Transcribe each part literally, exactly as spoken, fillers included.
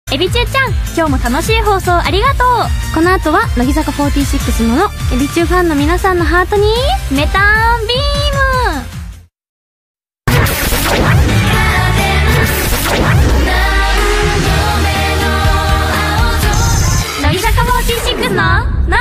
エビ中ちゃん、今日も楽しい放送ありがとう。 この後は乃木坂フォーティーシックスののエビ中ファンの皆さんのハートにメタンビーム。乃木坂フォーティーシックスのの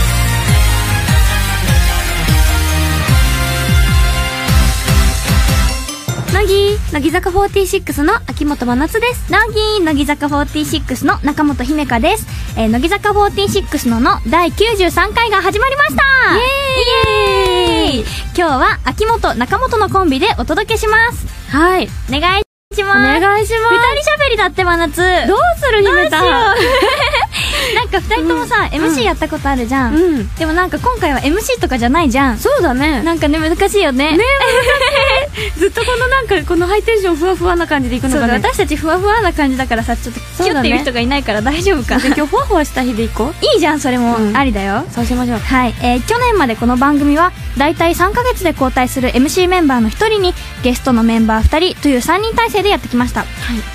乃木乃木坂フォーティーシックスの秋元真夏です。 乃木乃木坂フォーティーシックスの中本姫香です。えー、乃木坂フォーティーシックスののだいきゅうじゅうさんかいが始まりました。イエーイ。イエーイ。今日は秋元中本のコンビでお届けします。 はい、 お願いします。 お願いします。 二人喋りだって真夏。 どうする姫たん。 なんか二人ともさ、うん、エムシー やったことあるじゃん、うん、でもなんか今回は エムシー とかじゃないじゃん。 そうだね。 なんかね、難しいよね。 ねずっとこのなんかこのハイテンションふわふわな感じでいくのがね。 私たちふわふわな感じだからさ、ちょっとキュッていう人がいないから大丈夫か。 今日ふわふわした日でいこう。 いいじゃん、それも、うん、ありだよ。 そうしましょう。 はい、えー、去年までこの番組はだいたいさんかげつで交代する エムシー メンバーのひとりにゲストのメンバーふたりというさんにん体制でやってきました、はい、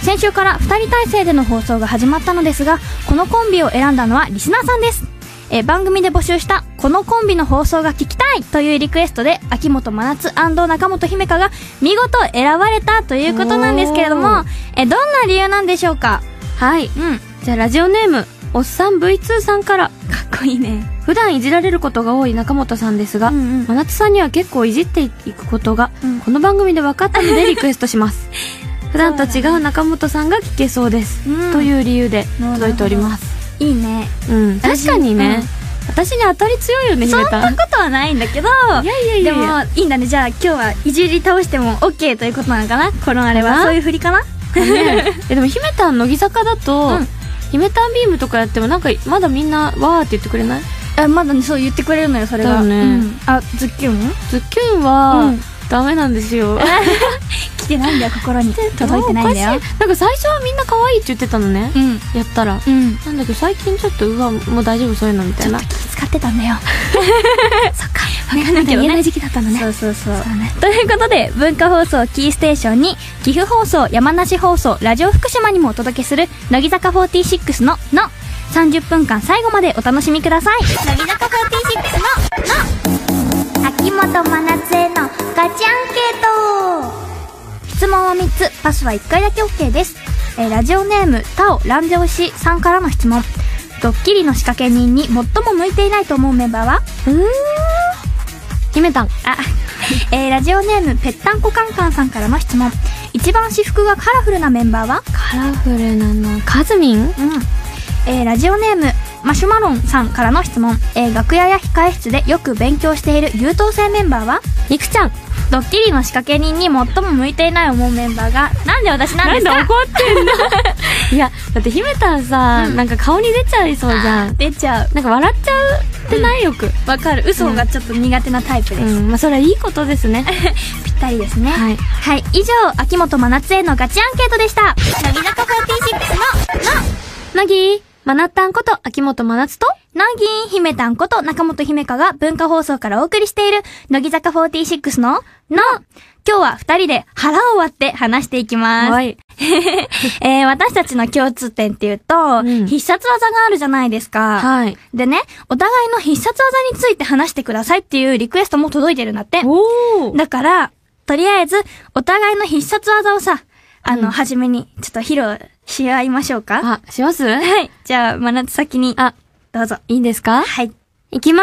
先週からふたり体制での放送が始まったのですが、このコンビを選んだのはリスナーさんです。えー、番組で募集したこのコンビの放送が聞きたいというリクエストで秋元真夏&中本姫香が見事選ばれたということなんですけれども、えー、どんな理由なんでしょうか。 はい、うん、じゃあラジオネームおっさん ブイツー さんから。 かっこいいね。 普段いじられることが多い中本さんですが、うんうん、真夏さんには結構いじっていくことが、うん、この番組で分かったのでリクエストします普段と違う中本さんが聞けそうです、うん、という理由で届いております。 いいね。 うん、確かにね、うん、私に当たり強いよね、 そんなことはないんだけど、いやいやいやいや、でもいいんだね。じゃあ今日はいじり倒しても OK ということなのかな、このあれは。そういう振りかな、 ね、えでも姫たん乃木坂だと、うん、姫たんビームとかやってもなんかまだみんなわーって言ってくれない？ え、まだね、そう言ってくれるのよ、それが。 ね、うん、 あ、ズッキュンズッキュンは、うん、ダメなんですよ来てないんだよ、心に届いてないんだよ。 なんか最初はみんな可愛いって言ってたのね、うん、やったら、うん、なんだけど最近ちょっとうわもう大丈夫そういうのみたいな、 ちょっと気使ってたんだよそっか、 分かんないけどね、言えない時期だったのね。 そうそうそう、そうね。ということで文化放送キーステーションに岐阜放送、山梨放送、ラジオ福島にもお届けする乃木坂フォーティーシックスののさんじゅっぷんかん最後までお楽しみください。乃木坂フォーティーシックスのの秋元真夏へのガチアンケート。質問はみっつ、パスはいっかいだけ OK です。えー、ラジオネームタオランジョウシさんからの質問。ドッキリの仕掛け人に最も向いていないと思うメンバーは？ うーん、姫たん。あ、 えー、ラジオネームぺったんこカンカンさんからの質問。一番私服がカラフルなメンバーは？ カラフルなのカズミン。うん。 えー、ラジオネームマシュマロンさんからの質問。えー、楽屋や控え室でよく勉強している優等生メンバーは？ みくちゃん。 ドッキリの仕掛け人に最も向いていない思うメンバーがなんで私なんですか？ なんで怒ってんのいやだって姫たんさ、うん、なんか顔に出ちゃいそうじゃん。 出ちゃう。 なんか笑っちゃうってない、よくわかる。嘘がちょっと苦手なタイプです、 うん、まあそれはいいことですねぴったりですね。 はい、 はい、以上秋元真夏へのガチアンケートでした。乃木坂フォーティーシックスのの乃木まなったんこと秋元真夏と乃木姫たんこと中本姫香が文化放送からお送りしている乃木坂フォーティーシックスのの今日は二人で腹を割って話していきます。はい。えー、私たちの共通点っていうと、うん、必殺技があるじゃないですか。はい。でね、お互いの必殺技について話してくださいっていうリクエストも届いてるんだって。おー。だから、とりあえず、お互いの必殺技をさ、あの、うん、はじめに、ちょっと披露し合いましょうか。 あ、します？ はい。じゃあ、真夏先に。 あ、 どうぞ。 いいんですか？ はい。 いきます。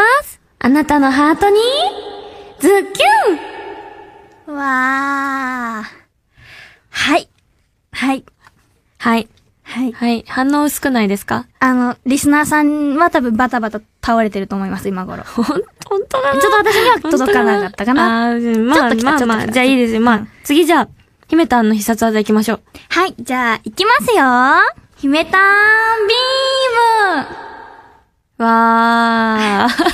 あなたのハートに、ズッキュン！ わー。はい。はい。 はい。 はい。 はい。反応薄くないですか？ あの、リスナーさんは多分バタバタ倒れてると思います、今頃。 ほん、ほんとだな。 ちょっと私には届かなかったかな。 あー、まあ、ちょっと来た、まあまあ、じゃあいいですよ。まあ、次じゃあ、姫たんの必殺技行きましょう。 はい、じゃあ、行きますよ。姫たんビームわー。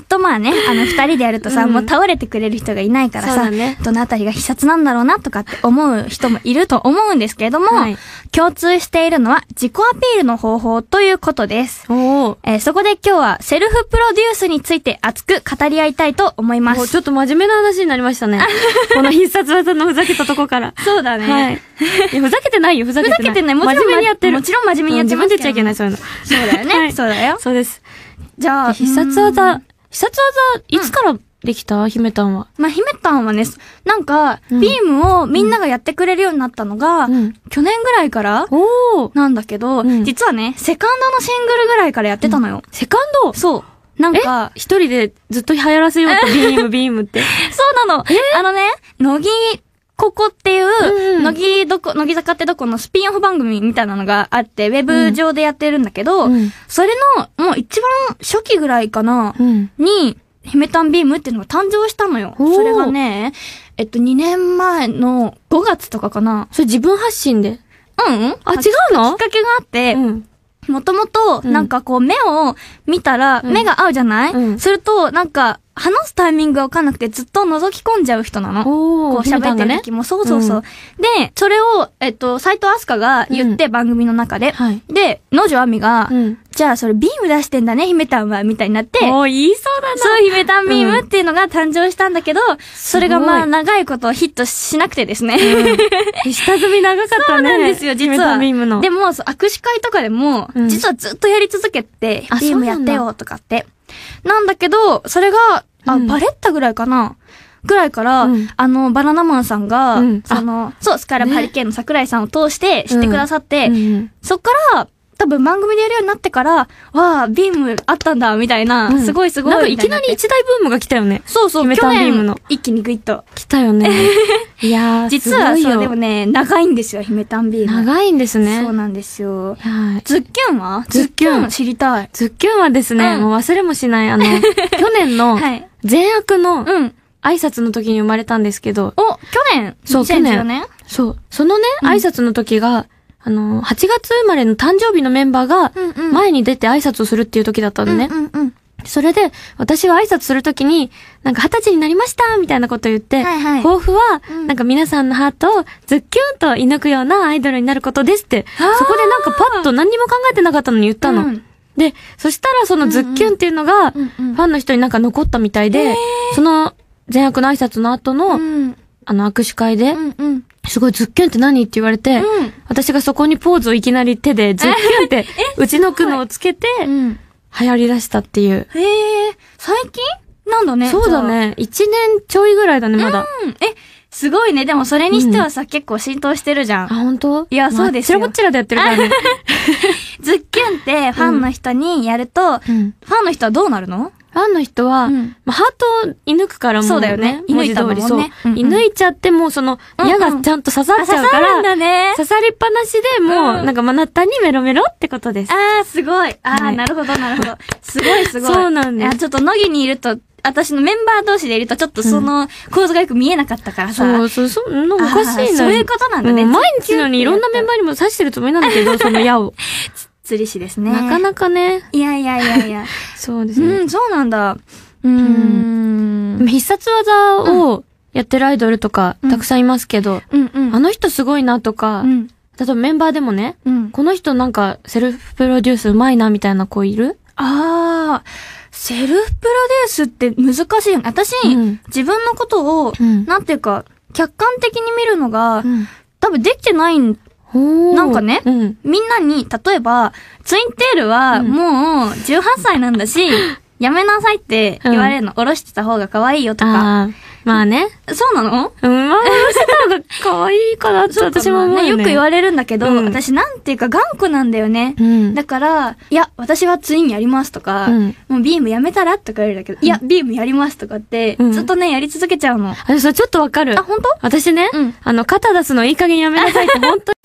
とまあね、あの二人でやるとさ、うん、もう倒れてくれる人がいないからさ、ね、どのあたりが必殺なんだろうなとかって思う人もいると思うんですけれども、はい、共通しているのは自己アピールの方法ということです。おえー、そこで今日はセルフプロデュースについて熱く語り合いたいと思います。 ちょっと真面目な話になりましたね。この必殺技のふざけたとこから。 そうだね。はい。 いやふざけてないよ、ふざけてない。 ふざけてない。もちろん真面目にやってる。 もちろん真面目にやってますけど。 自分で言っちゃいけない、そういうの。 そうだよね。はい、そうだよ。 そうです。 じゃあ、 必殺技、必殺技、いつからできた、うん、姫たんは。 まあ、姫たんはね、なんか、うん、ビームをみんながやってくれるようになったのが、うん、去年ぐらいからなんだけど、うん、実はね、セカンドのシングルぐらいからやってたのよ。うん、 セカンドそう。なんか、 一人でずっと流行らせようと、ビーム、ビームって。 そうなの。あのね、乃木、ここっていう、うん、乃木どこ、乃木坂ってどこのスピンオフ番組みたいなのがあって、ウェブ上でやってるんだけど、うん、それの、もう一番初期ぐらいかな、うん、に、姫たんビームっていうのが誕生したのよ。それがね、えっと、にねんまえのごがつとかかな。 それ自分発信でうん、うん、 あ、違うのきっかけがあって、うんもともと、なんかこう、目を見たら、目が合うじゃない、うん、すると、なんか、話すタイミングがわかんなくてずっと覗き込んじゃう人なの。こう喋ってる時も、ね、そうそうそう、うん。で、それを、えっと、斉藤飛鳥が言って、うん、番組の中で。はい、で、野女亜美が、うん、じゃあそれビーム出してんだね、姫たんは、みたいになって。 おー、言いそうだな。 そう、姫たんビームっていうのが誕生したんだけど、うん、それがまあ、長いことヒットしなくてですね。 うん、下積み長かったね。 そうなんですよ、実は。 姫たんビームの。 でも、そう、握手会とかでも、うん、実はずっとやり続けて、ビームやってよ、とかって。なんだけど、それが、あ、うん、バレッタぐらいかなぐらいから、うん、あの、バナナマンさんが、うん、その、そう、スカイラブハリケーンの桜井さんを通して知ってくださって、うんうん、そっから、多分番組でやるようになってから、わあ、ビームあったんだ、みたいな、うん、すごいすごい。 なんかいきなり一大ブームが来たよね。 そうそう、 姫たんビームの。 一気にグイッと。 来たよね。いやー、 実はそう、でもね、長いんですよ、姫たんビーム。 長いんですね。 そうなんですよ。ズッキュンはズッキュン知りたい。 ズッキュンはですね、うん、もう忘れもしない、あの、去年の、善悪の、うん。挨拶の時に生まれたんですけど。 お、去年そう、去年。そう。そのね、挨拶の時が、あの、はちがつ生まれの誕生日のメンバーが、前に出て挨拶をするっていう時だったのね。うんうんうん、それで、私は挨拶する時に、なんか二十歳になりましたみたいなことを言って、はいはい、抱負は、うん、なんか皆さんのハートをズッキュンと射抜くようなアイドルになることですって、そこでなんかパッと何にも考えてなかったのに言ったの。うん、で、そしたらそのズッキュンっていうのが、ファンの人になんか残ったみたいで、うんうん、その善悪の挨拶の後の、うん、あの握手会で、うんうん、すごいズッキュンって何って言われて、うん、私がそこにポーズをいきなり手でズッキュンって打ち抜くのをつけて、うん、流行り出したっていう。 へえ、最近なんだね。 そうだね。一年ちょいぐらいだね、まだ。 うん。え、すごいね。でもそれにしてはさ、うん、結構浸透してるじゃん。 あ、本当？ いや、そうですよ。 まあ、ちらぼっちらでやってるからね。 ズッキュンってファンの人にやると、うん、ファンの人はどうなるの？ ファンの人は、うん、まあ、ハートを射抜くからもう、ね、 そうだよね。 文字通りそう。うんうん、射抜いちゃってもうその、矢がちゃんと刺さっちゃうから、 うんうん、刺さるんだね。 刺さりっぱなしでもう、うん、なんかマナッタンにメロメロってことです。 あー、すごい。あー、はい、なるほど、なるほど。すごいすごい。 そうなんです。 いや、ちょっと乃木にいると、私のメンバー同士でいるとちょっとその構図がよく見えなかったからさ。 うん、そうそう、そう、おかしいな。 そういうことなんだね。 うん、毎日のようにいろんなメンバーにも刺してるつもりなんだけど、その矢を。 釣り師ですね。 なかなかね。 いやいやいやいや。 そうですね。 うん、そうなんだ。うーん。 必殺技をやってるアイドルとかたくさんいますけど、うんうん、あの人すごいなとか、うん、例えばメンバーでもね、うん、この人なんかセルフプロデュースうまいなみたいな子いる？ あー、セルフプロデュースって難しいよね。私、うん、自分のことを、うん、なんていうか、客観的に見るのが、うん、多分できてないんなんかね、うん、みんなに、例えば、ツインテールはもうじゅうはっさいなんだし、やめなさいって言われるの。うん、下ろしてた方が可愛いよとか。 あまあね。 そうなの？ うん、まあ、下ろしてた方が可愛いかなって私も思うよね。 よく言われるんだけど、うん、私なんていうか頑固なんだよね。うん、だから、いや、私はツインやりますとか、うん、もうビームやめたらとか言われるんだけど、うん、いや、ビームやりますとかって、うん、ずっとね、やり続けちゃうの。 私それちょっとわかる。 あ、本当？ 私ね、うん、あの、肩出すのいい加減やめなさいって本当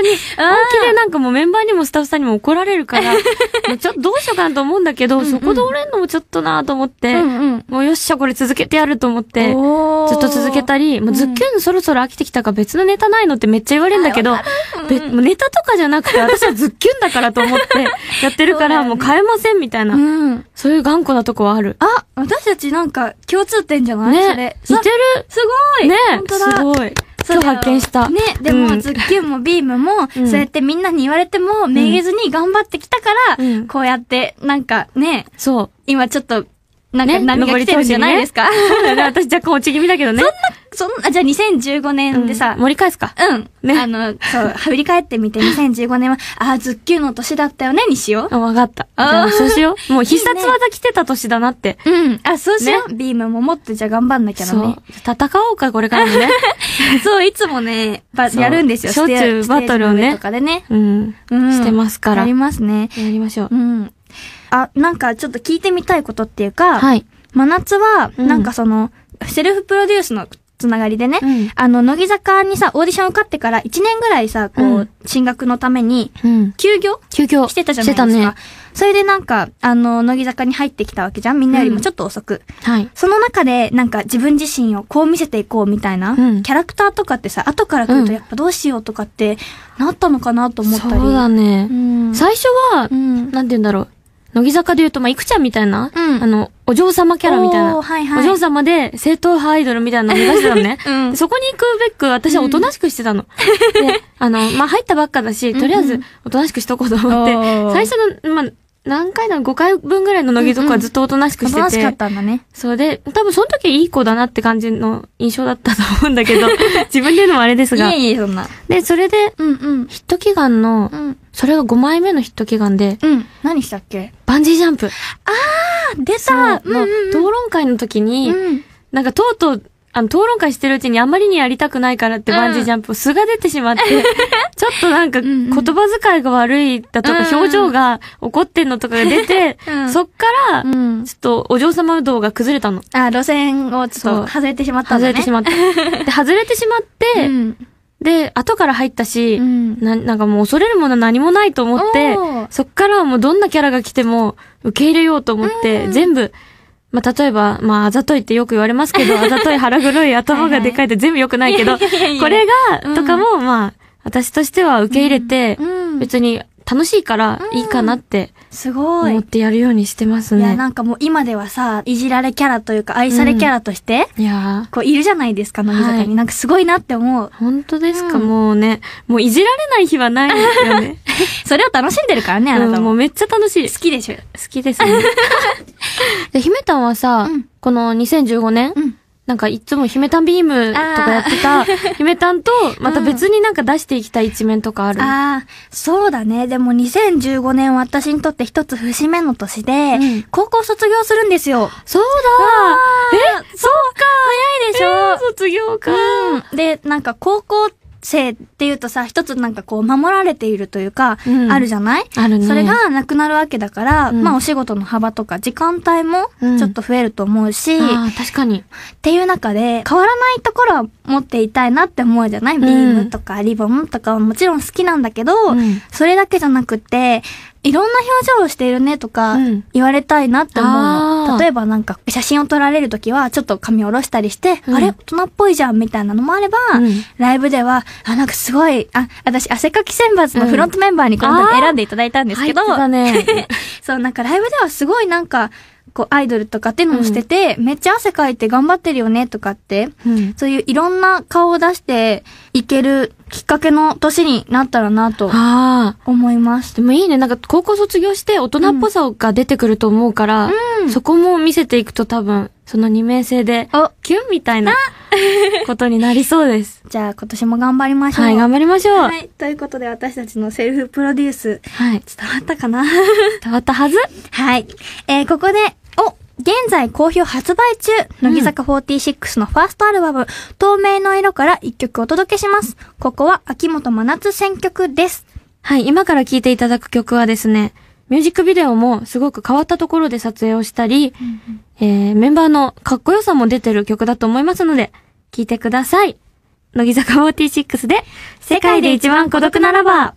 に、本気でなんかもうメンバーにもスタッフさんにも怒られるから、もうちょっとどうしようかなと思うんだけど、うんうん、そこで折れんのもちょっとなと思って、うんうん、もうよっしゃこれ続けてやると思って、ずっと続けたり、もうズッキュンそろそろ飽きてきたから別のネタないのってめっちゃ言われるんだけど、べもうネタとかじゃなくて私はズッキュンだからと思ってやってるから、もう変えませんみたいな、うん、そういう頑固なとこはある。 あ、私たちなんか共通点じゃない？ ね、 それ。 似てる。 すごいね、本当だ。すごい。今日発見した。 ね、でも、うん、ズッキュンもビームも、うん、そうやってみんなに言われても、めげずに頑張ってきたから、うん、こうやって、なんかね、 そう。 今ちょっと、なんか波が来てるんじゃないですか、ね、 そうだよね。私若干落ち気味だけどね。 そんな、そんな、じゃあにせんじゅうごねんでさ、 うん、盛り返すか。 うん。ね。あの、そう、振り返ってみてにせんじゅうごねんは、ああ、ズッキュンの年だったよね、にしよう。 あ、わかった。ああ、そうしよう。もう必殺技来てた年だなって。 いいね、うん。あ、そうしよう。ね、ビームももっとじゃあ頑張んなきゃだね。 そう。戦おうか、これからもね。 そう、いつもね、やるんですよ。 しょっちゅうバトルをね。 とかでね。 うん。うん。してますから。 やりますね。 やりましょう。 うん。あ、なんかちょっと聞いてみたいことっていうか、 はい。 真夏は、なんかその、うん、セルフプロデュースのつながりでね、うん、あの、乃木坂にさ、オーディション受かってからいちねんぐらいさ、こう、うん、進学のために、休業、うん、 休業してたじゃないですか。してたね。それでなんか、あの、乃木坂に入ってきたわけじゃん、みんなよりもちょっと遅く。 うん、はい。 その中で、なんか自分自身をこう見せていこうみたいな、うん、キャラクターとかってさ、後から来るとやっぱどうしようとかって、なったのかなと思ったり。 そうだね。うん、最初は、うん、なんて言うんだろう。乃木坂で言うと、まあ、いくちゃんみたいな、うん、あの、お嬢様キャラみたいな、お、はいはい、お嬢様で正統派アイドルみたいなのを目指してたのね。うん、そこに行くべく、私はおとなしくしてたの。うん、で、あの、まあ、入ったばっかだし、とりあえず、おとなしくしとこうと思って、うんうん、最初の、まあ、何回だろう、ごかいぶんぐらいの乃木坂はずっとおとなしくしてて。 おとなしかったんだね。 そうで、多分その時いい子だなって感じの印象だったと思うんだけど、自分で言うのもあれですが。 いえいえ、そんな。 で、それで、うんうん、ヒット祈願の、うん、それがごまいめのヒット祈願で、 うん。何したっけ？ バンジージャンプ。 あー、出た！ うんうんうん、討論会の時に、うん、なんかとうとう、あの、討論会してるうちにあんまりにやりたくないからってバンジージャンプを素が出てしまって、うん、ちょっとなんか言葉遣いが悪いだとか、表情が怒ってんのとかが出て、うん、そっから、ちょっとお嬢様道が崩れたの。 あ、路線をちょっと外れてしまったんだね。 外れてしまった。で、外れてしまって、うん、で、後から入ったし、うん、な、なんかもう恐れるもの何もないと思って、そっからはもうどんなキャラが来ても受け入れようと思って、うん、全部、まあ、例えば、まあ、あざといってよく言われますけど、あざとい腹黒い頭がでかいって全部良くないけど、これが、とかも、まあ、私としては受け入れて、別に楽しいからいいかなって、すごい。思ってやるようにしてますね。 いや、なんかもう今ではさ、いじられキャラというか愛されキャラとして、 いやこういるじゃないですか、乃木坂に。なんかすごいなって思う。 本当ですか、もうね。もういじられない日はないよね。 それを楽しんでるからね、あなたも。 もうめっちゃ楽しい。 好きでしょ。 好きですね。で、姫たんはさ、うん、このにせんじゅうごねん、うん、なんかいつも姫たんビームとかやってた、姫たんとまた別になんか出していきたい一面とかある、うん、 ああ、そうだね。でもにせんじゅうごねんは私にとって一つ節目の年で、うん、高校卒業するんですよ。 そうだー。え、そうか。早いでしょ、えー、 卒業か、 うん。で、なんか高校生っていうとさ、一つなんかこう守られているというか、うん、あるじゃない？ あるね。 それがなくなるわけだから、うん、まあお仕事の幅とか時間帯もちょっと増えると思うし、うん、 ああ、確かに。 っていう中で変わらないところは持っていたいなって思うじゃない？ビームとかリボンとかはもちろん好きなんだけど、うん、それだけじゃなくて、いろんな表情をしているねとか言われたいなって思うの。うん、例えばなんか写真を撮られるときはちょっと髪を下ろしたりして、うん、あれ大人っぽいじゃんみたいなのもあれば、うん、ライブでは、あ、なんかすごい、あ、私汗かき選抜のフロントメンバーにこの時選んでいただいたんですけど、 入ってたね。 そう、なんかライブではすごいなんか、こうアイドルとかっていうのもしてて、うん、めっちゃ汗かいて頑張ってるよねとかって、うん、そういういろんな顔を出していけるきっかけの年になったらなと思います。 でもいいね。なんか高校卒業して大人っぽさが出てくると思うから、うん、そこも見せていくと多分その二面性でキュンみたいなことになりそうです。 じゃあ今年も頑張りましょう。 はい、頑張りましょう。 はい、ということで私たちのセルフプロデュース、はい、伝わったかな？ 伝わったはず。 はい、えー、ここでお現在好評発売中、乃木坂フォーティーシックスのファーストアルバム、透明の色から一曲お届けします。ここは秋元真夏選曲です。 はい、今から聴いていただく曲はですね、ミュージックビデオもすごく変わったところで撮影をしたり、うんうん、えー、メンバーのかっこよさも出てる曲だと思いますので、聴いてください。 乃木坂フォーティーシックスで、世界で一番孤独なラバー。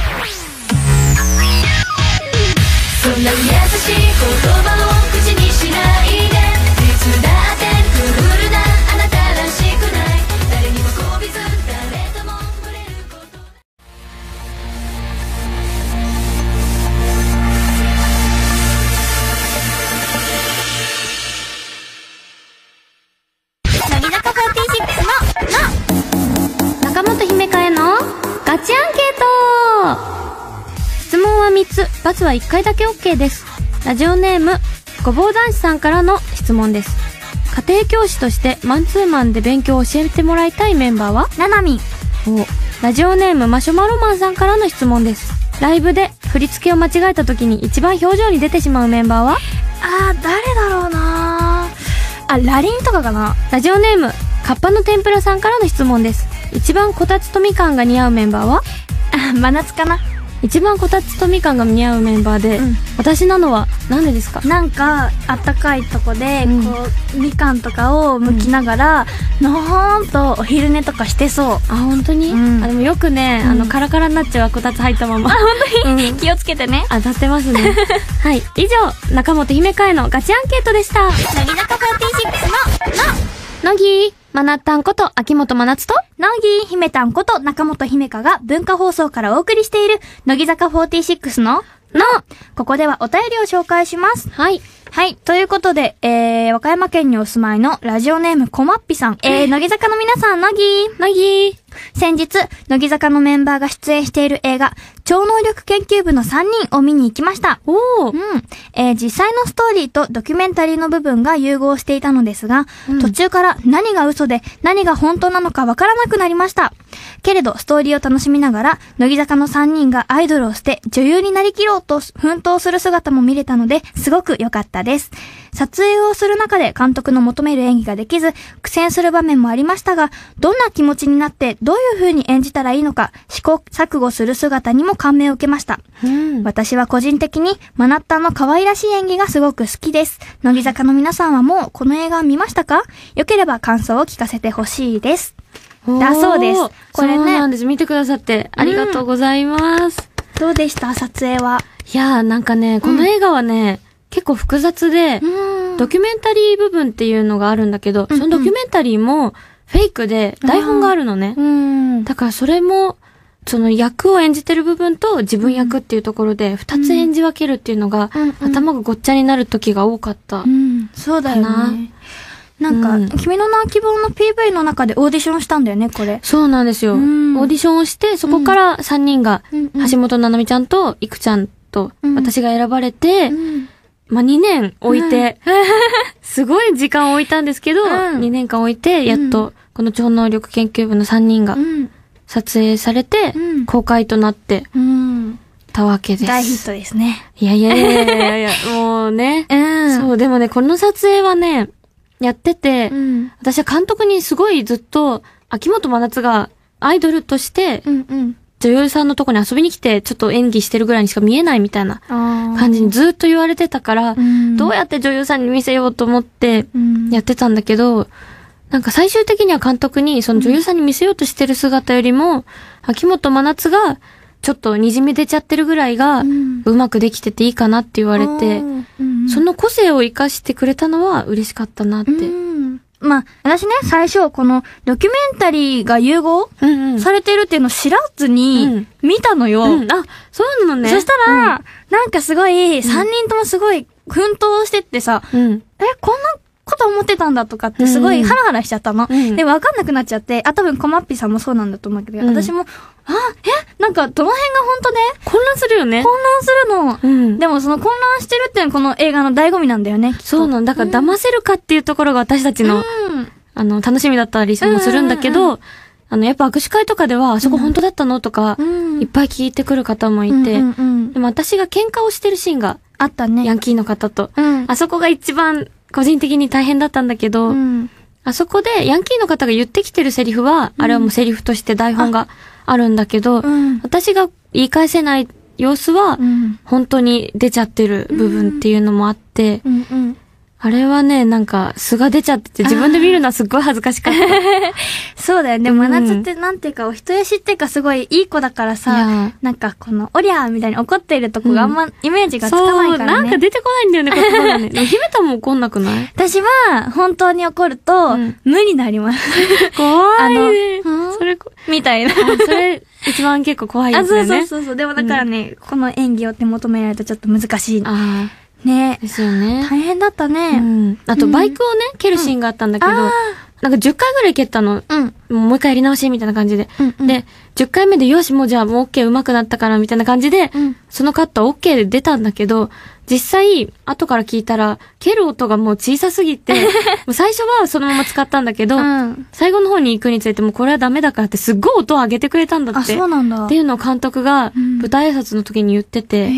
そんな優しい言葉を口にしないで、いつだってクールなあなたらしくない、誰にもこびず誰とも触れること乃木坂フォーティーシックスの中本姫香へのガチアンケート。質問はみっつ、×はいっかいだけ OK です。ラジオネームごぼう男子さんからの質問です。家庭教師としてマンツーマンで勉強を教えてもらいたいメンバーはななみん。 おラジオネームマシュマロマンさんからの質問です。ライブで振り付けを間違えた時に一番表情に出てしまうメンバーはあー、誰だろうなあ、ラリンとかかな。 ラジオネームカッパの天ぷらさんからの質問です。一番こたつとみかんが似合うメンバーはあ、真夏かな。 一番こたつとみかんが似合うメンバーで、うん、私なのはなんでですか？ なんかあったかいとこで、 うん、 こうみかんとかを剥きながら、うん、のほんとお昼寝とかしてそう。 あ、本当に、うん、あでもよくね、うん、あのカラカラになっちゃうこたつ入ったまま。 あ、本当に、 うん、 気をつけてね。 当たってますね。はい、以上中本姫香へのガチアンケートでした。 乃木坂フォーティーシックスのの乃木まなったんこと秋元真夏と乃木姫たんこと中本姫香が文化放送からお送りしている乃木坂フォーティーシックスののここではお便りを紹介します。 はいはい。ということで、えー、和歌山県にお住まいのラジオネームこまっぴさん。えー、乃木坂の皆さん、乃木乃木先日、乃木坂のメンバーが出演している映画、超能力研究部のさんにんを見に行きました。 おー。 うん。えー、実際のストーリーとドキュメンタリーの部分が融合していたのですが、うん、途中から何が嘘で何が本当なのかわからなくなりました。けれど、ストーリーを楽しみながら、乃木坂のさんにんがアイドルを捨て、女優になりきろうと奮闘する姿も見れたので、すごく良かったです。撮影をする中で監督の求める演技ができず、苦戦する場面もありましたが、どんな気持ちになってどういう風に演じたらいいのか、試行錯誤する姿にも感銘を受けました。 うん、 私は個人的にマナッタンの可愛らしい演技がすごく好きです。乃木坂の皆さんはもうこの映画見ましたか？よければ感想を聞かせてほしいです。だそうです。 これね。そうなんです。見てくださってありがとうございます。 うん、どうでした撮影は？ いやーなんかね、この映画はね、うん、結構複雑で、ドキュメンタリー部分っていうのがあるんだけど、うんうん、そのドキュメンタリーもフェイクで台本があるのね。 うん、 だからそれも、その役を演じてる部分と自分役っていうところで二つ演じ分けるっていうのが、うんうん、頭がごっちゃになる時が多かったかな。 うん、そうだよね。なんか、うん、君の名は希望の ピーブイ の中でオーディションしたんだよね、これ。 そうなんですよ。うん、オーディションをして、そこからさんにんが、うん、橋本七海ちゃんといくちゃんと私が選ばれて、うん、まあ、にねん置いて、うん、すごい時間を置いたんですけど、うん、にねんかん置いて、やっと、この超能力研究部のさんにんが撮影されて、うん、公開となってたわけです。 大ヒットですね。 いやいやいやいやいや、もうね、 うん。 そう、でもね、この撮影はね、やってて、 うん、 私は監督にすごいずっと、秋元真夏がアイドルとして、 うんうん、 女優さんのとこに遊びに来て、ちょっと演技してるぐらいにしか見えないみたいな感じにずっと言われてたから、 うん、 どうやって女優さんに見せようと思ってやってたんだけど、うん、なんか最終的には監督にその女優さんに見せようとしてる姿よりも、うん、秋元真夏がちょっと滲み出ちゃってるぐらいがうまくできてていいかなって言われて、 うんうん、 その個性を生かしてくれたのは嬉しかったなって。 うんまあ、私ね、最初、この、ドキュメンタリーが融合されてるっていうのを知らずに、見たのよ。 うんうん、あ、そうなのね。 そしたら、うん、なんかすごい、三人ともすごい奮闘してってさ、 うん、 え、こんなこと思ってたんだとかってすごいハラハラしちゃったの。うん、で、わかんなくなっちゃって、あ、多分コマッピさんもそうなんだと思うけど、うん、私も、あ、え、なんかどの辺が本当で混乱するよね。 混乱するの。 うん、 でもその混乱してるっていうのはこの映画の醍醐味なんだよね。 そうなんだ。だから騙せるかっていうところが私たちの、 うんあの、楽しみだったりもするんだけど、うんうんうん、あの、やっぱ握手会とかでは、あそこ本当だったのとか、うん、いっぱい聞いてくる方もいて、うんうんうん、でも私が喧嘩をしてるシーンがあったね。 ヤンキーの方と、 うん。 あそこが一番個人的に大変だったんだけど、 うん、 あそこでヤンキーの方が言ってきてるセリフは、うん、あれはもうセリフとして台本があるんだけど、 うん、 私が言い返せない様子は、 うん、 本当に出ちゃってる部分っていうのもあって、 うんうん、 あれはね、なんか、素が出ちゃってて、自分で見るのはすっごい恥ずかしかった。 そうだよね。真夏ってなんていうか、お人よしっていうかすごいいい子だからさ、なんかこの、おりゃーみたいに怒っているとこがあんまイメージがつかないからね。 そう、なんか出てこないんだよね、言葉がね。でも、姫たも怒んなくない？ 私は、本当に怒ると、無になります。 怖いね。 あの、それ、みたいな。 それ、一番結構怖いやつだよね。 あ、そうそうそう。でもだからね、この演技を手求められるとちょっと難しい。ああ。ねですよね。 大変だったね。 うん。あと、バイクをね、蹴るシーンがあったんだけど、なんかじゅっかいぐらい蹴ったの。うん。もう一回やり直しみたいな感じで。うん。で、じゅっかいめでよし、もうじゃあもう OK 上手くなったからみたいな感じで、そのカットは OK で出たんだけど、実際、後から聞いたら、蹴る音がもう小さすぎて、もう最初はそのまま使ったんだけど、うん、最後の方に行くについてもこれはダメだからってすっごい音を上げてくれたんだって。 あ、そうなんだ。 っていうのを監督が舞台挨拶の時に言ってて、うん、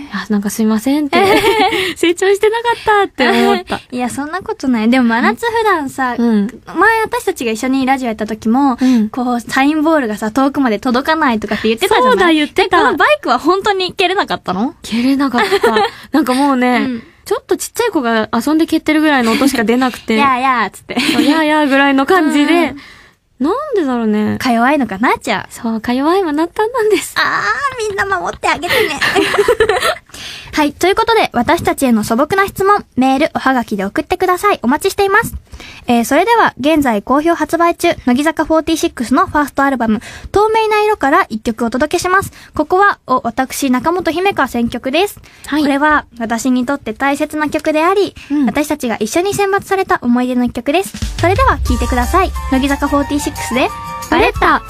あ、なんかすいませんって、成長してなかったって思った。 いや、そんなことない。でも真夏普段さ、うん、前私たちが一緒にラジオやった時も、うん、こう、サインボールがさ、遠くまで届かないとかって言ってたじゃない？ そうだ、言ってた。 このバイクは本当に蹴れなかったの？ 蹴れなかった。なんかもうね、うん、ちょっとちっちゃい子が遊んで蹴ってるぐらいの音しか出なくて。 やーやーつって。 やーやーぐらいの感じで、うん、なんでだろうね。 か弱いのかな、じゃあ。 そう、か弱いもなったんなんです。 あー、みんな守ってあげてね。はい。ということで、私たちへの素朴な質問、メール、おはがきで送ってください。お待ちしています。えー、それでは、現在好評発売中、乃木坂フォーティーシックスのファーストアルバム、透明な色から一曲お届けします。ここは、お、私、中本姫香選曲です。はい。これは、私にとって大切な曲であり、うん、私たちが一緒に選抜された思い出の一曲です。それでは、聴いてください。乃木坂フォーティーシックスで、バレッタ。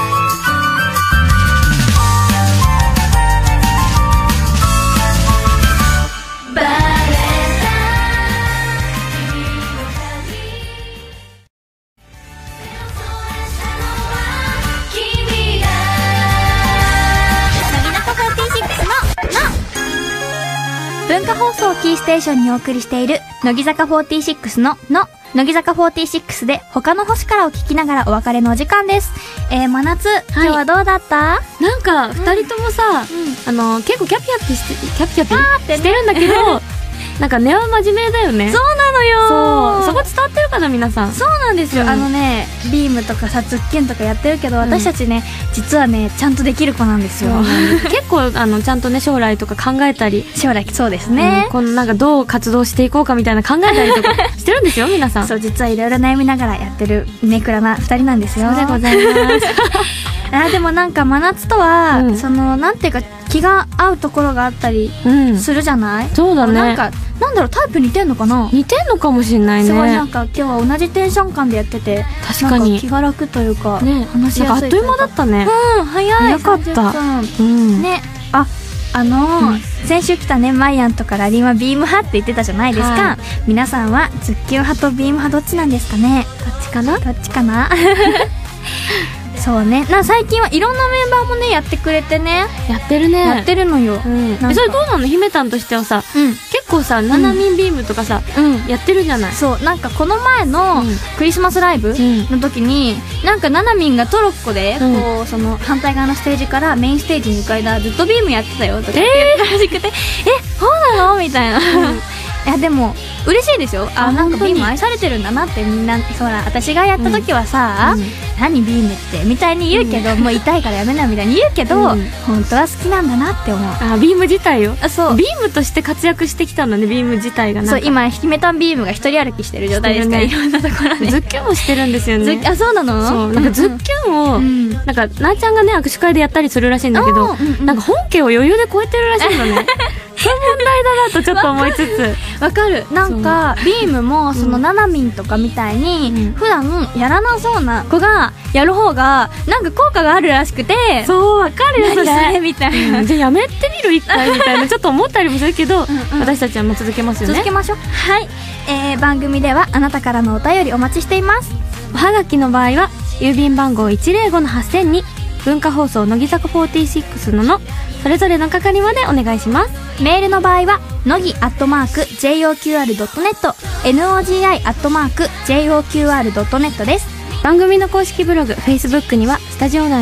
文化放送キーステーションにお送りしている乃木坂フォーティーシックスのの乃木坂フォーティーシックスで他の星からを聞きながらお別れのお時間です。えー、真夏、はい、今日はどうだった？ なんか二人ともさ、うん、あの結構キャピキャピしてキャピキャピしてるんだけどなんか根は真面目だよね。 そうなのよ。 そう、そこ伝わってるかな皆さん。 そうなんですよ、うん、あのねビームとかさツッキュンとかやってるけど、私たちね、うん、実はねちゃんとできる子なんですよ。 結構あのちゃんとね将来とか考えたり、 将来そうですね、 うん、このなんかどう活動していこうかみたいな考えたりとかしてるんですよ皆さん。 そう、実はいろいろ悩みながらやってるネクラな二人なんですよ。 そうでございますあ、でもなんか真夏とは、うん、そのなんていうか気が合うところがあったりするじゃない、うん、 そうだね。 なんかなんだろう、タイプ似てんのかな。 似てんのかもしれないね。 すごいなんか今日は同じテンション感でやってて、 確かになんか気が楽というか、 ね、話しやすいというか、あっという間だったね。 うん、早い。 早かった、 うん、ね。あ、あのーうん、先週来たねマイアンとかラリンはビーム派って言ってたじゃないですか、はい、皆さんはズッキュン派とビーム派どっちなんですかね。 どっちかなどっちかなそうね、な最近はいろんなメンバーもねやってくれてね。 やってるね。 やってるのよ、うん、 それどうなの姫たんとしてはさ、うん、結構さナナミンビームとかさ、うん、やってるじゃない。 そう、なんかこの前のクリスマスライブの時に、うん、なんかナナミンがトロッコで、うん、こうその反対側のステージからメインステージに行く間ずっとビームやってたよとかって言ったらしくて、えー、えそうなのみたいな、うんいやでも嬉しいですよ。あ、なんかビーム愛されてるんだなって。みんなそうだ、私がやった時はさ、うん、何ビームってみたいに言うけど、うん、もう痛いからやめなみたいに言うけど、うん、本当は好きなんだなって思う。 あ、ビーム自体よ。 あ、そう、 ビームとして活躍してきたんだね。ビーム自体がなんか、 そう、今姫たんビームが一人歩きしてる状態ですから、ね、いろんなところでズッキュンもしてるんですよね。 あ、そうなの。 そう、なんかズッキュンを、うん、なんかなーちゃんがね握手会でやったりするらしいんだけど、うんうん、なんか本家を余裕で超えてるらしいのねそういう問題だなとちょっと思いつつわかる。なんかビームもそのナナミンとかみたいに普段やらなそうな子がやる方がなんか効果があるらしくて、 そう、わかるよそれ。 それみたいな、 うん、じゃあやめてみる一回みたいなちょっと思ったりもするけど、うん、うん、私たちはもう続けますよね。 続けましょう。はい、えー、番組ではあなたからのお便りお待ちしています。 おはがきの場合は郵便番号 いちゼロごのはっせんに文化放送乃木坂フォーティーシックスののそれぞれの係までお願いします。 メールの場合はのぎアットマーク ジェイオーキューアールドットネット ノギアットマーク ジェイオーキューアールドットネット です。 番組の公式ブログ Facebook にはスタジオ内の様子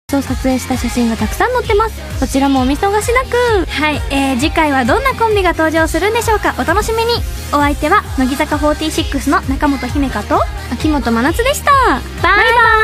を撮影した写真がたくさん載ってます。そちらもお見逃しなく。 はい、えー、次回はどんなコンビが登場するんでしょうか。お楽しみに。お相手は乃木坂フォーティーシックスの中本姫香と秋元真夏でした。 バイバイ。